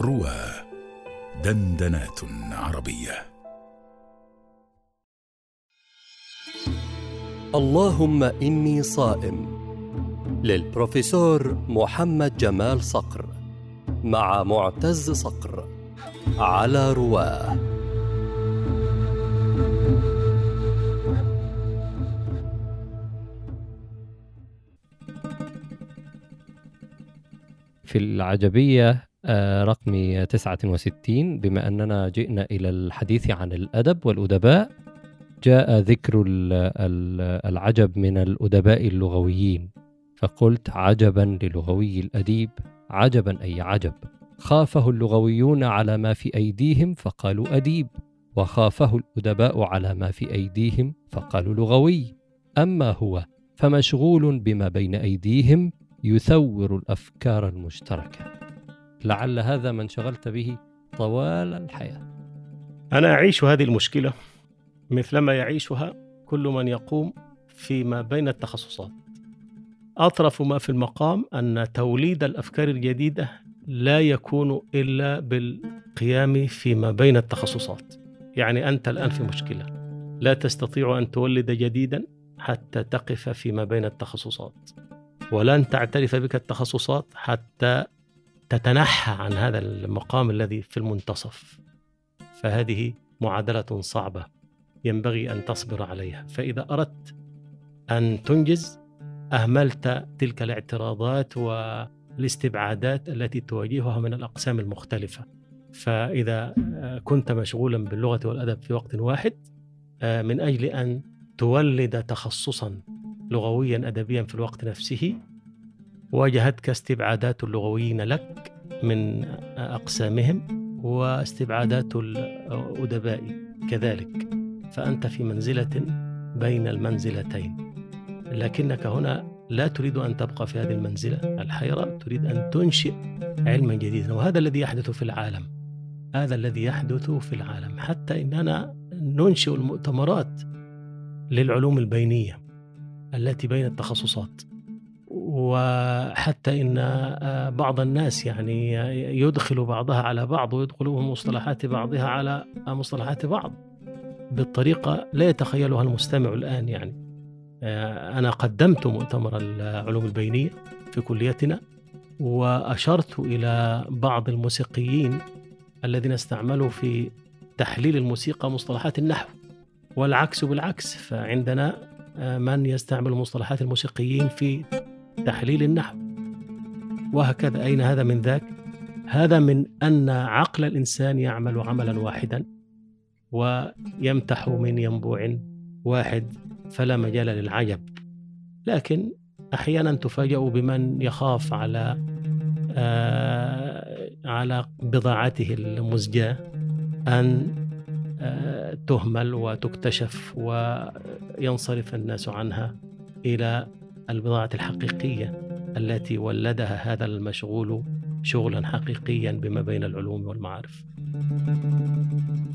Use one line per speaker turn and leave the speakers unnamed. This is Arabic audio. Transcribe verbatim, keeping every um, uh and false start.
روى دندنات عربية.
اللهم إني صائم، للبروفيسور محمد جمال صقر مع معتز صقر على رواه.
في العجبية رقم تسعة وستين، بما أننا جئنا إلى الحديث عن الأدب والأدباء، جاء ذكر العجب من الأدباء اللغويين، فقلت عجبا للغوي الأديب، عجبا أي عجب، خافه اللغويون على ما في أيديهم فقالوا أديب، وخافه الأدباء على ما في أيديهم فقالوا لغوي، أما هو فمشغول بما بين أيديهم يثور الأفكار المشتركة. لعل هذا ما انشغلت به طوال الحياة.
أنا أعيش هذه المشكلة مثلما يعيشها كل من يقوم فيما بين التخصصات. أطرف ما في المقام أن توليد الأفكار الجديدة لا يكون إلا بالقيام فيما بين التخصصات. يعني أنت الآن في مشكلة، لا تستطيع أن تولد جديدا حتى تقف فيما بين التخصصات، ولن تعترف بك التخصصات حتى تتنحى عن هذا المقام الذي في المنتصف. فهذه معادلة صعبة ينبغي أن تصبر عليها. فإذا أردت أن تنجز أهملت تلك الاعتراضات والاستبعادات التي تواجهها من الأقسام المختلفة. فإذا كنت مشغولا باللغة والأدب في وقت واحد من أجل أن تولد تخصصا لغويا أدبيا في الوقت نفسه، واجهتك استبعادات اللغويين لك من أقسامهم واستبعادات الأدباء كذلك، فأنت في منزلة بين المنزلتين. لكنك هنا لا تريد أن تبقى في هذه المنزلة الحيرة، تريد أن تنشئ علما جديدا، وهذا الذي يحدث في العالم. هذا الذي يحدث في العالم حتى إننا ننشئ المؤتمرات للعلوم البينية التي بين التخصصات، وحتى إن بعض الناس يعني يدخل بعضها على بعض ويدخلوا مصطلحات بعضها على مصطلحات بعض بالطريقة لا يتخيلها المستمع الآن. يعني أنا قدمت مؤتمر العلوم البينية في كليتنا، وأشرت إلى بعض الموسيقيين الذين استعملوا في تحليل الموسيقى مصطلحات النحو، والعكس بالعكس، فعندنا من يستعمل مصطلحات الموسيقيين في تحليل النحو، وهكذا. أين هذا من ذاك؟ هذا من أن عقل الإنسان يعمل عملا واحدا ويمتح من ينبوع واحد، فلا مجال للعجب. لكن أحيانا تفاجأ بمن يخاف على آه على بضاعته المزجاة أن آه تهمل وتكتشف وينصرف الناس عنها إلى البضاعة الحقيقية التي ولدها هذا المشغول شغلا حقيقيا بما بين العلوم والمعارف.